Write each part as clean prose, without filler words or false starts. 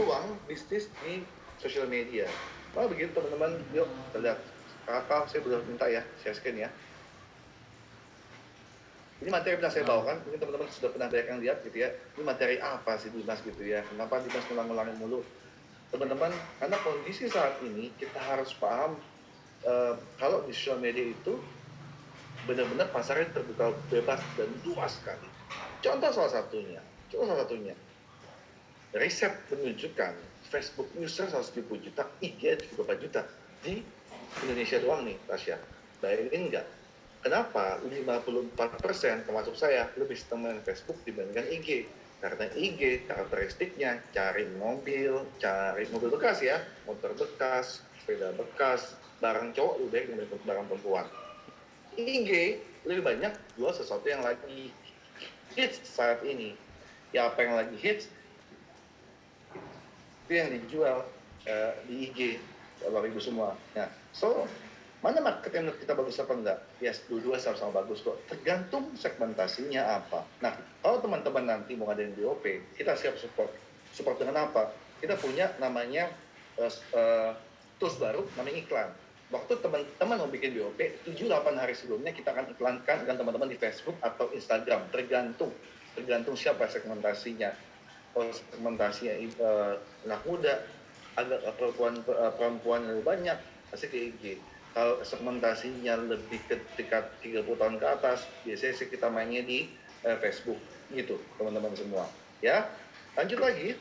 peluang bisnis di sosial media. Oh begitu teman-teman, yuk kita lihat. Kakak saya boleh minta ya, share screen ya. Ini materi yang saya bawakan, mungkin teman-teman sudah pernah banyak yang lihat gitu ya. Ini materi apa sih Dimas gitu ya? Kenapa Dimas ngulang-ngulangin mulu? Teman-teman, karena kondisi saat ini kita harus paham kalau di sosial media itu benar-benar pasarnya terbuka bebas dan luas sekali. Contoh salah satunya, riset menunjukkan Facebook user 170 juta, IG 24 juta di Indonesia doang nih, Tasya. Bayangin nggak? Kenapa 54% termasuk saya lebih senang main Facebook dibandingkan IG? Karena IG karakteristiknya cari mobil bekas ya, motor bekas, sepeda bekas, barang cowok lebih baik daripada barang perempuan. IG lebih banyak jual sesuatu yang lagi hits saat ini. Ya apa yang lagi hits itu yang dijual di IG Bapak Ibu semua. Nah, so mana market yang kita bagus apa enggak? Yes, dua-dua sama-sama bagus kok. Tergantung segmentasinya apa. Nah, kalau teman-teman nanti mau ngadain BOP, kita siap support. Support dengan apa? Kita punya namanya tools baru, namanya iklan. Waktu teman-teman mau bikin BOP, 7-8 hari sebelumnya kita akan iklankan dengan teman-teman di Facebook atau Instagram. Tergantung siapa segmentasinya. Segmentasinya anak muda, agak perempuan lebih banyak, pasti ke IG. Kalau segmentasinya lebih ke tingkat 30 tahun ke atas, biasanya sih kita mainnya di Facebook gitu, teman-teman semua. Ya, lanjut lagi.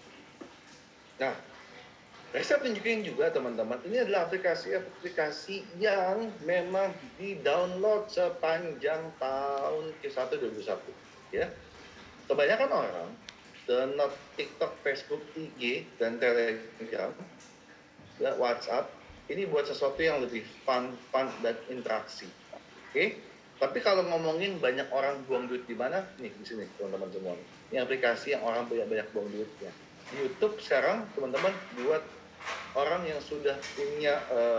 Nah, riset tunjukin juga teman-teman, ini adalah aplikasi yang memang di-download sepanjang tahun Q1 2021. Ya, kebanyakan orang download TikTok, Facebook, IG, dan Telegram, ya, WhatsApp, ini buat sesuatu yang lebih fun dan interaksi. Oke? Tapi kalau ngomongin banyak orang buang duit di mana? Nih, di sini teman-teman semua. Ini aplikasi yang orang banyak buang duitnya. YouTube sekarang teman-teman buat orang yang sudah punya,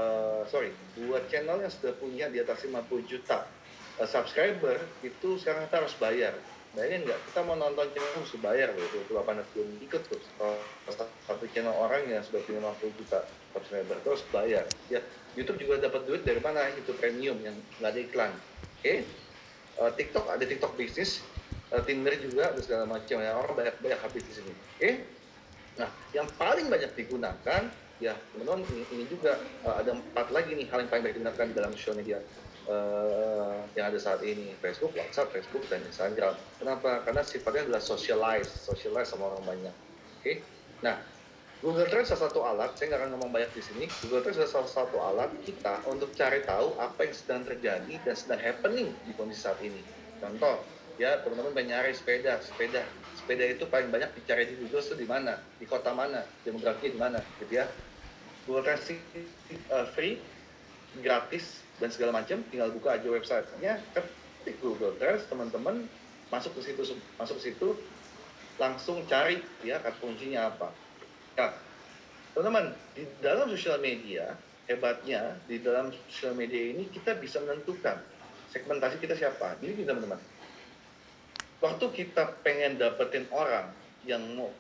buat channel yang sudah punya di atas 50 juta subscriber, itu sekarang kita harus bayar. Bayangin nggak, kita mau nonton channel harus bayar loh, itu Bapak belum ikut tuh. Satu channel orang yang sudah punya 50 juta subscriber, terus bayar. Ya, YouTube juga dapat duit dari mana? YouTube Premium yang nggak ada iklan. Oke? TikTok ada TikTok bisnis, Tinder juga, dan segala macam ya. Orang banyak habis di sini. Oke? Nah, yang paling banyak digunakan, ya teman-teman ini juga ada 4 lagi nih hal yang paling banyak digunakan di dalam social media yang ada saat ini: Facebook, WhatsApp, Facebook, dan Instagram. Kenapa? Karena sifatnya adalah socialize sama orang banyak. Oke? Nah, Google Trends salah satu alat, saya nggak akan ngomong banyak di sini. Google Trends adalah salah satu alat kita untuk cari tahu apa yang sedang terjadi dan sedang happening di kondisi saat ini. Contoh, ya teman-teman pengen nyari sepeda itu paling banyak dicari di Google itu di mana, di kota mana, demografi di mana, gitu ya. Google Trends free, gratis, dan segala macam. Tinggal buka aja websitenya, ketik Google Trends, teman-teman masuk ke situ, langsung cari ya kata kuncinya apa. Nah, teman-teman, di dalam sosial media, hebatnya di dalam sosial media ini kita bisa menentukan segmentasi kita siapa. Ini teman-teman, waktu kita pengen dapetin orang yang mau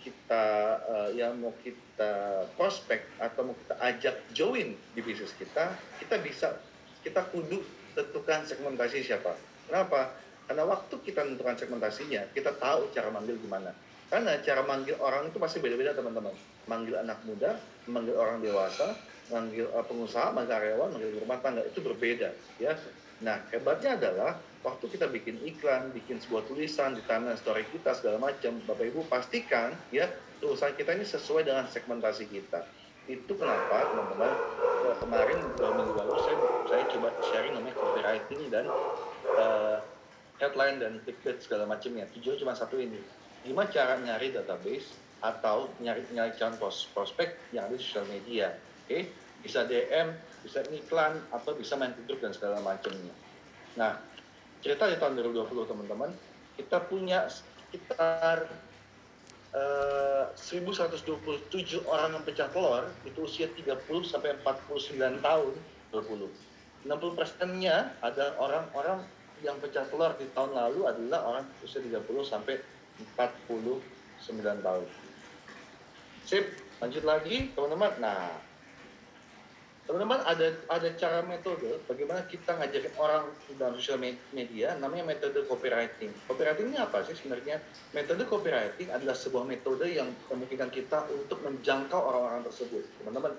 kita prospek atau mau kita ajak join di bisnis kita kita kudu tentukan segmentasi siapa. Kenapa? Karena waktu kita menentukan segmentasinya, kita tahu cara manggil gimana. Karena cara manggil orang itu pasti beda-beda teman-teman. Manggil anak muda, manggil orang dewasa, manggil pengusaha, manggil karyawan, manggil rumah tangga, itu berbeda ya. Nah, hebatnya adalah waktu kita bikin iklan, bikin sebuah tulisan di timeline story kita segala macam, Bapak Ibu pastikan ya tulisan kita ini sesuai dengan segmentasi kita. Itu kenapa teman-teman kemarin 2 minggu lalu saya coba sharing namanya copywriting dan headline dan clickbait segala macamnya. Tujuan cuma satu ini. Gimana cara nyari database atau nyari calon prospek yang ada di sosial media. Oke? Bisa DM, bisa iklan, atau bisa main TikTok dan segala macamnya. Nah, cerita di tahun 2020 teman-teman, kita punya sekitar 1.127 orang yang pecah telur, itu usia 30 sampai 49 tahun, 20. 60%-nya ada orang-orang yang pecah telur di tahun lalu adalah orang usia 30 sampai 49 tahun. Sip, lanjut lagi teman-teman. Nah, teman-teman ada cara metode bagaimana kita ngajakin orang dalam sosial media, namanya metode copywriting. Copywriting ini apa sih sebenarnya? Metode copywriting adalah sebuah metode yang memungkinkan kita untuk menjangkau orang-orang tersebut. Teman-teman,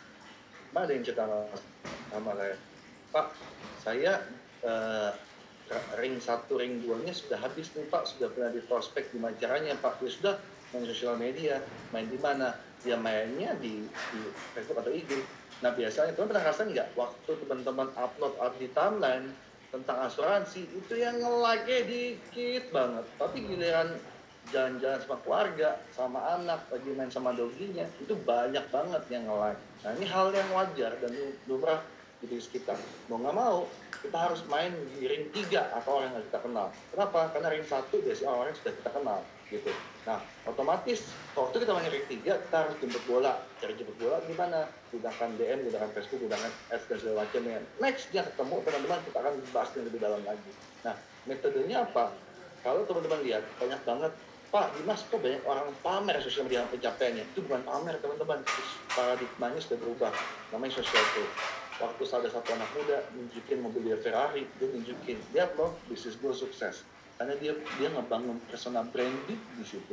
ada yang cerita sama saya, Pak, saya eh, ring 1, ring 2-nya sudah habis nih Pak, sudah pernah di prospek, gimana caranya Pak? Ya sudah, main sosial media, main di mana? Ya mainnya di Facebook atau IG. Nah biasanya teman pernah ngerasain nggak waktu teman-teman upload di timeline tentang asuransi itu yang nge-like-nya dikit banget, tapi giliran jalan-jalan sama keluarga, sama anak, lagi main sama doginya, itu banyak banget yang nge-like. Nah ini hal yang wajar dan lumrah di diri kita. Mau nggak mau, kita harus main di ring 3 atau orang yang kita kenal. Kenapa? Karena ring 1 biasanya orang yang sudah kita kenal gitu. Nah, otomatis waktu kita main ring 3 kita harus jemput bola. Cara jemput bola gimana? Gunakan DM, gunakan Facebook, gunakan ads dan segala macamnya. Nextnya ketemu teman-teman, kita akan bahas lebih dalam lagi. Nah, metodenya apa? Kalau teman-teman lihat banyak banget, Pak Dimas kok banyak orang pamer sosial media pencapaiannya. Itu bukan pamer teman-teman, paradigmanya sudah berubah, namanya social proof. Waktu ada satu anak muda nunjukin mobil dia Ferrari, dia nunjukin, lihat loh bisnis gue sukses, karena dia ngebangun personal branding di situ.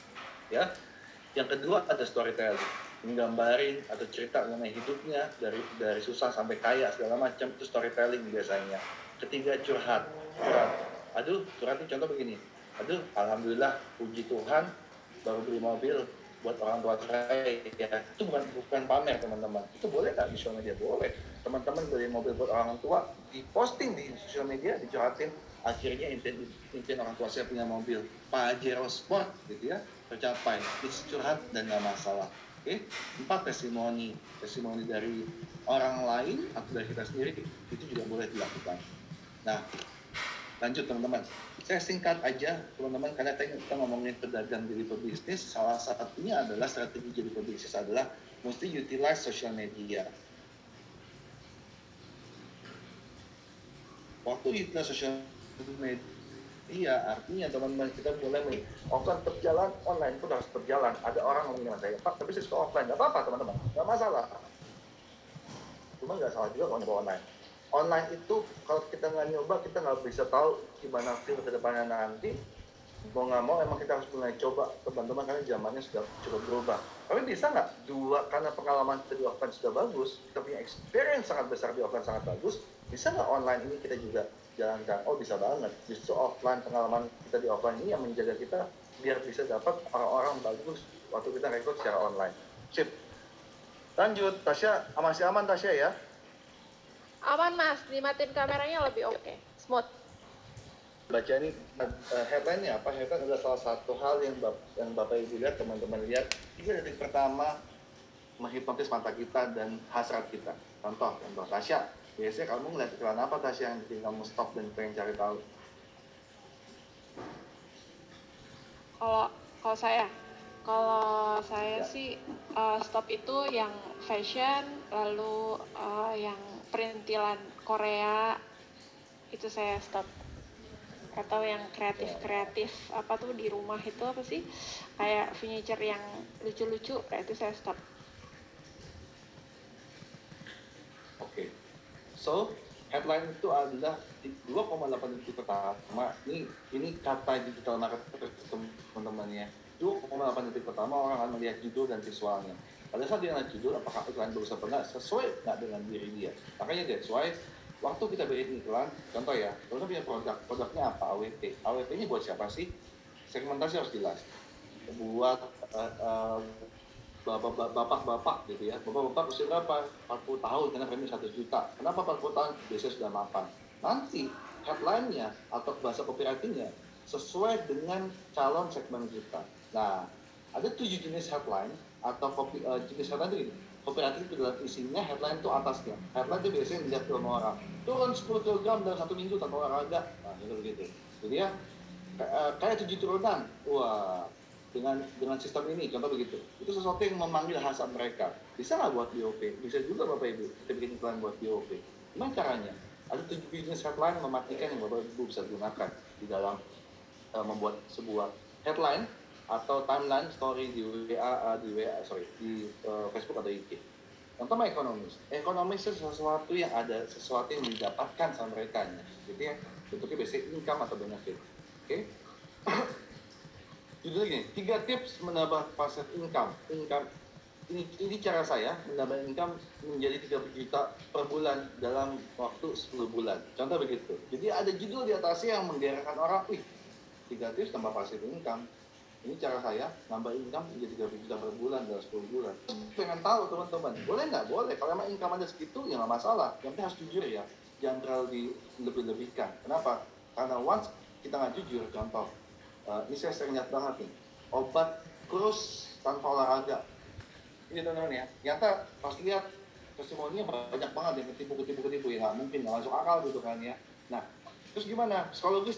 Ya, yang kedua ada storytelling, menggambarin atau cerita mengenai hidupnya dari susah sampai kaya segala macam, itu storytelling biasanya. Ketiga curhat. Aduh, curhat ini contoh begini. Aduh, alhamdulillah, puji Tuhan, baru beli mobil buat orang tua saya. Ya, itu bukan pamer teman-teman. Itu boleh nggak di sosial media? Boleh. Teman-teman beli mobil buat orang tua, diposting di sosial media, dicurhatin. Akhirnya impian orang tua saya punya mobil Pajero Sport gitu ya, tercapai. It's curhat dan nggak masalah. Oke, 4 testimoni dari orang lain atau dari kita sendiri itu juga boleh dilakukan. Nah, lanjut teman-teman. Saya singkat aja teman-teman, karena kita ngomongin pedagang jadi pebisnis, salah satunya adalah strategi jadi pebisnis adalah mesti utilize social media. Waktu utilize social media, iya, artinya teman-teman kita mulai offline berjalan, online pun harus berjalan. Ada orang ngomongin sama saya, Pak, tapi saya suka offline. Nggak apa-apa teman-teman, nggak masalah. Cuma nggak salah juga kalau nyoba online. Online itu kalau kita nggak nyoba, kita nggak bisa tahu gimana feel ke depannya nanti. Mau nggak mau emang kita harus mulai coba teman-teman, karena zamannya sudah cukup berubah. Tapi bisa nggak karena pengalaman kita di offline sudah bagus, kita punya experience sangat besar di offline sangat bagus, bisa nggak online ini kita juga jalankan? Oh bisa banget, justru offline, pengalaman kita di offline ini yang menjaga kita biar bisa dapat orang-orang bagus waktu kita rekrut secara online. Sip. Lanjut, Tasya, masih aman Tasya ya? Aman Mas, dimatiin kameranya lebih oke. Smooth. Baca ini headline-nya apa? Headline adalah salah satu hal yang Bapak Ibu lihat, teman-teman lihat. 3 detik pertama menghipnotis mata kita dan hasrat kita. Contoh, Tasya, biasanya kamu ngeliat iklan apa Tasya yang bikin kamu stop dan pengen cari tahu? Kalau saya Ya. sih stop itu yang fashion, lalu yang perintilan Korea itu saya stop. Atau yang kreatif apa tuh di rumah itu apa sih, kayak furniture yang lucu-lucu, itu saya stop. Oke. So, headline itu adalah 2,8 detik pertama. Ini kata digital marketer teman-teman ya. 2,8 detik pertama orang akan melihat judul dan visualnya. Pada saat dia lihat judul, apakah iklan bagus apa enggak, sesuai nggak dengan diri dia. Makanya that's why waktu kita bikin iklan, contoh ya, kalau punya produknya apa? AWP. AWP-nya buat siapa sih? Segmentasi harus jelas. Buat bapak-bapak gitu ya. Bapak-bapak usia berapa? 40 tahun, karena premi 1 juta. Kenapa 40 tahun? Biasanya sudah mapan. Nanti headline-nya atau bahasa copywriting-nya sesuai dengan calon segmen kita. Nah, ada 7 jenis headline atau jenis headline itu gini. Copywriting itu dalam isinya, headline itu atasnya. Headline itu biasanya dilihat sama orang. Turun 10 kg dalam 1 minggu tanpa olahraga. Nah, itu begitu. Jadi ya, kayak 7 turunan. Wah, dengan sistem ini, contoh begitu. Itu sesuatu yang memanggil hasrat mereka. Bisa nggak buat BOP? Bisa juga Bapak Ibu. Kita bikin iklan buat BOP. Gimana caranya? Ada 7 bisnis headline mematikan yang Bapak Ibu bisa gunakan di dalam membuat sebuah headline atau timeline story di Facebook atau IG. Yang pertama ekonomis. Ekonomis itu sesuatu yang sesuatu yang didapatkan sama mereka, gitu ya. Bentuknya basic income atau benefit. Oke. Judulnya gini, 3 tips menambah passive income. Ini cara saya menambah income menjadi 30 juta per bulan dalam waktu 10 bulan. Contoh begitu. Jadi ada judul di atasnya yang menggerakkan orang, 3 tips tambah passive income. Ini cara saya nambah income menjadi 30 juta per bulan dalam 10 bulan. Pengen tahu teman-teman, boleh nggak? Boleh. Kalau emang income Anda segitu, ya nggak masalah. Yang penting harus jujur ya. Jangan terlalu dilebih-lebihkan. Kenapa? Karena once kita nggak jujur, contoh, ini saya sering lihat banget nih, obat kurus tanpa olahraga. Ini teman-teman ya, ternyata pas lihat testimoninya banyak banget yang ketipu ya, nggak mungkin, nggak masuk akal gitu kan ya. Nah, terus gimana? Psikologis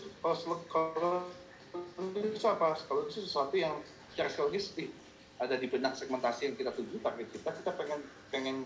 itu apa? Psikologis itu sesuatu yang secara psikologis ada di benak segmentasi yang kita tuju, target kita pengen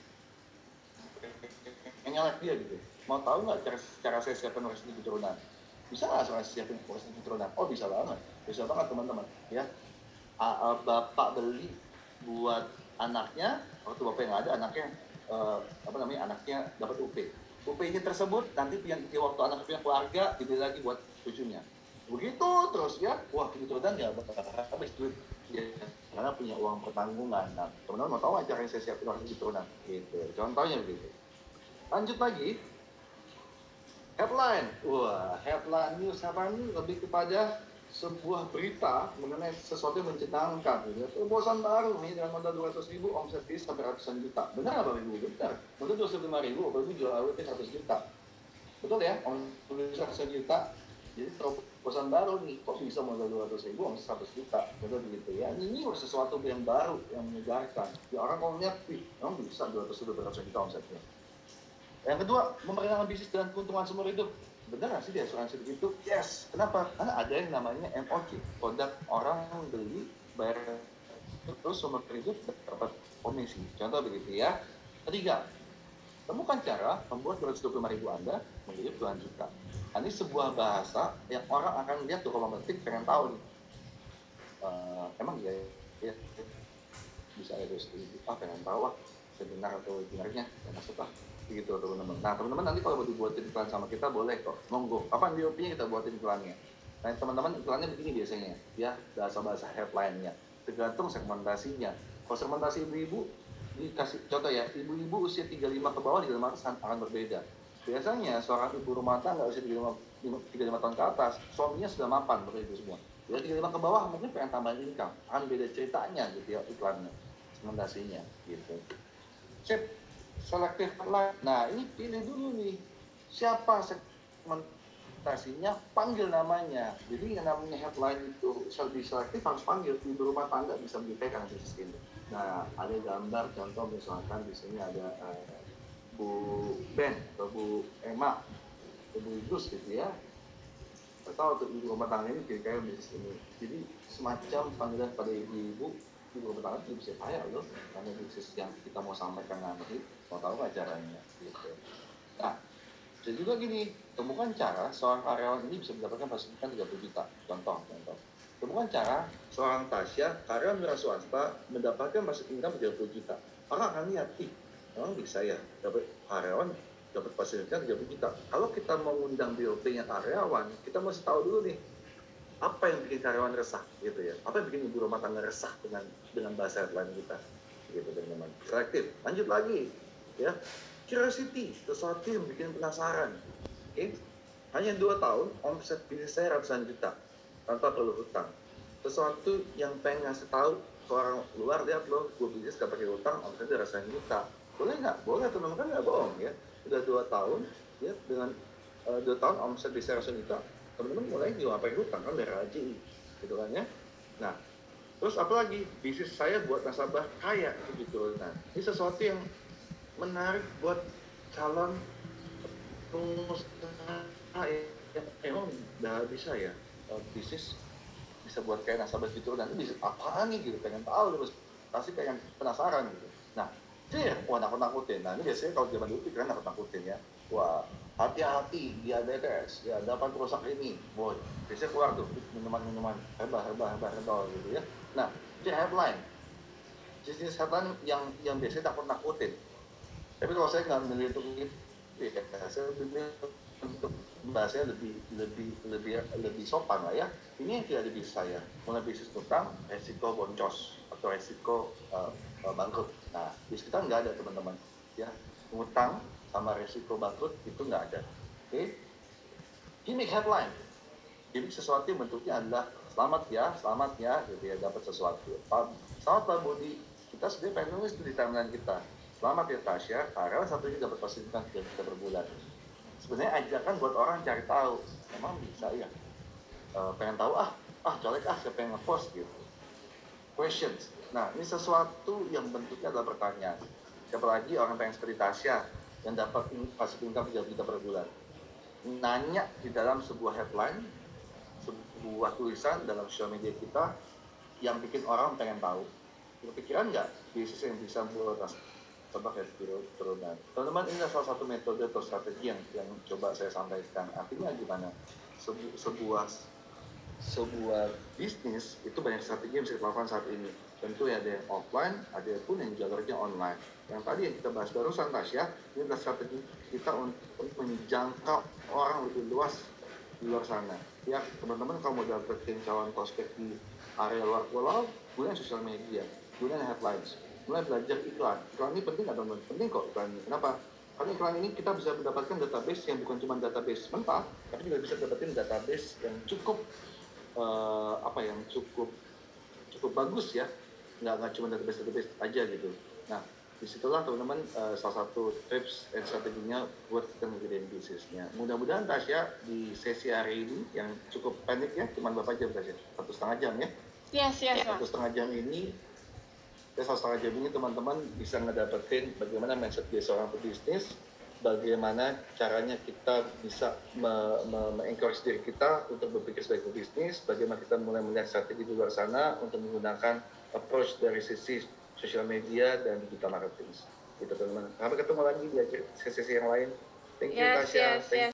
nyalek dia gitu. Mau tahu nggak cara saya siapkan resiko keturunan? Bisa nggak saya siapin resiko keturunan? Oh, bisa banget teman-teman ya. Bapak beli buat anaknya, waktu bapak yang ada anaknya anaknya dapat UP-nya tersebut nanti di waktu anak punya keluarga dibeli lagi buat cucunya, begitu terus ya. Wah, keturunan nggak habis duit ya, karena punya uang pertanggungan. Nah, teman-teman mau tahu nggak cara yang saya siapin orang keturunan gitu, contohnya begitu. Lanjut lagi, headline. Wah, headline news ini lebih kepada sebuah berita mengenai sesuatu yang mencengangkan. Terobosan baru nih dengan modal 200.000 omset bis sampai ratusan juta. Benar nggak Bapak Ibu? Benar. Modal 205.000, Bapak Ibu jual AWT 100 juta. Betul ya? Omset 100 juta. Jadi terobosan baru nih, kok bisa modal 200.000 omset 100 juta? Betul begitu ya. Ini sesuatu yang baru yang menyegarkan. Ya, orang mau lihat, emang bisa 200 juta omsetnya. Yang kedua, memperkenalkan bisnis dengan keuntungan seumur hidup. Benar nggak sih di asuransi begitu? Yes. Kenapa? Karena ada yang namanya MOC, produk orang beli, bayar terus seumur hidup dapat komisi. Contoh begitu ya. Ketiga, temukan cara membuat 225.000 Anda menjadi puluhan juta. Nah, ini sebuah bahasa yang orang akan lihat tuh kalau metik pengen tahu nih. Emang ya bisa ada 200.000? Pengen tahu sebenar atau benarnya, ya masuk gitu teman-teman. Nah, teman-teman nanti kalau mau dibuatin iklan sama kita boleh kok, monggo. Kapan DOP-nya kita buatin iklannya. Nah, teman-teman iklannya begini biasanya ya, bahasa-bahasa headline-nya tergantung segmentasinya. Kalau segmentasi ibu-ibu dikasih contoh ya, ibu-ibu usia 35 ke bawah di dalam akan berbeda. Biasanya seorang ibu rumah tangga usia 35 tahun ke atas, suaminya sudah mapan Bapak Ibu semua. Ya 35 ke bawah mungkin pengen tambahin income, akan beda ceritanya gitu ya iklannya, segmentasinya gitu. Sip. Selective headline. Nah, ini pilih dulu nih siapa segmentasinya, panggil namanya. Jadi yang namanya headline itu lebih selektif, harus panggil. Ibu rumah tangga bisa menyesuaikan bisnis ini. Nah, ada gambar contoh misalkan di sini ada Bu Ben atau Bu Emma atau Bu Gus gitu ya. Atau untuk ibu rumah tangga ini kira-kira bisnis ini. Jadi semacam panggilan pada ibu-ibu rumah tangga itu bisa kaya loh, karena bisnis yang kita mau sampaikan nanti, mau tahu nggak caranya gitu. Nah, bisa juga gini, temukan cara seorang karyawan ini bisa mendapatkan fasilitas 30 juta. Contoh. Temukan cara seorang Tasya, karyawan wira swasta, mendapatkan fasilitas income 30 juta. Orang akan lihat, memang bisa ya dapat karyawan dapat fasilitas 30 juta. Kalau kita mau undang BOP-nya karyawan, kita mesti tahu dulu nih, apa yang bikin karyawan resah gitu ya, apa yang bikin ibu rumah tangga resah dengan bahasa headline kita gitu teman-teman. Selektif. Lanjut lagi ya, curiosity, sesuatu yang bikin penasaran. Hanya 2 tahun omset bisnis saya ratusan juta tanpa perlu hutang. Sesuatu yang pengen ngasih tahu ke orang luar, lihat loh, gue bisnis gak pakai hutang, omsetnya ratusan juta. Boleh nggak? Boleh teman-teman, kan nggak bohong ya. Udah 2 tahun ya, dengan 2 tahun omset bisnis ratusan juta, teman-teman mulai juga pakai hutang kan, dari RAJI gitu kan ya. Nah, terus apalagi bisnis saya buat nasabah kaya gitu. Nah, ini sesuatu yang menarik buat calon pengusaha yang emang udah bisa ya bisnis bisa buat kayak nasabah gitu. Nanti bisnis apaan nih gitu, pengen tahu terus, pasti pengen penasaran gitu. Nah, itu ya, wah nakut-nakutin. Nah, ini biasanya kalau zaman dulu pikiran nakut-nakutin ya. Wah, hati-hati diabetes, ya dapat perusak ini, boy. Biasanya keluar tuh minuman-minuman herbal gitu ya. Nah, itu headline, jenis headline yang biasanya takut-nakutin. Tapi kalau saya nggak milih untuk itu, ya saya milih untuk bahasanya lebih sopan lah ya. Ini yang tidak ada bisnis saya, mulai bisnis utang, resiko boncos atau resiko bangkrut. Nah, bisnis kita nggak ada teman-teman, ya. Utang sama resiko bangkrut itu nggak ada. Oke, gimmick headline, gimmick sesuatu yang bentuknya adalah selamat ya, gitu ya, dapat sesuatu. Selamat Pak Budi, kita sebenarnya pengen nulis di timeline kita. Selamat ya Tasya, karena satu ini dapat fasilitas 3 juta per bulan. Sebenarnya ajakan buat orang cari tahu, emang bisa ya. Pengen tahu colek saya pengen ngepost gitu. Questions. Nah, ini sesuatu yang bentuknya adalah pertanyaan. Siapa lagi orang pengen seperti Tasya yang dapat fasilitas income 3 juta per bulan. Nanya di dalam sebuah headline, sebuah tulisan dalam sosial media kita yang bikin orang pengen tahu. Kepikiran nggak bisnis yang bisa buat coba kayak turunan. Teman-teman, ini salah satu metode atau strategi yang coba saya sampaikan. Artinya gimana? Sebuah bisnis itu banyak strategi yang bisa dilakukan saat ini. Tentu ya ada yang offline, ada pun yang jalurnya online. Yang tadi yang kita bahas barusan Tasya, ini adalah strategi kita untuk menjangkau orang lebih luas di luar sana. Ya teman-teman, kalau mau dapetin calon prospek di area luar pulau, gunakan sosial media, gunakan headlines, mulai belajar iklan. Iklan ini penting nggak teman-teman? Penting kok iklan ini. Kenapa? Karena iklan ini kita bisa mendapatkan database yang bukan cuma database mentah, tapi juga bisa mendapatkan database yang cukup yang cukup bagus ya, nggak cuma database aja gitu. Nah, disitulah teman-teman salah satu tips dan strateginya buat kita ngegedein bisnisnya. Mudah-mudahan Tasya di sesi hari ini yang cukup pendek ya, cuma berapa jam Tasya? 1,5 jam ya? Yes, yes, Mas. 1,5 jam ini, ya 1,5 jam ini teman-teman bisa ngedapetin bagaimana mindset dia seorang pebisnis, bagaimana caranya kita bisa me-encourage diri kita untuk berpikir sebagai pebisnis, bagaimana kita mulai melihat strategi di luar sana untuk menggunakan approach dari sisi sosial media dan digital marketing. Gitu teman-teman. Sampai ketemu lagi di sesi yang lain. Thank you Tasya. Thank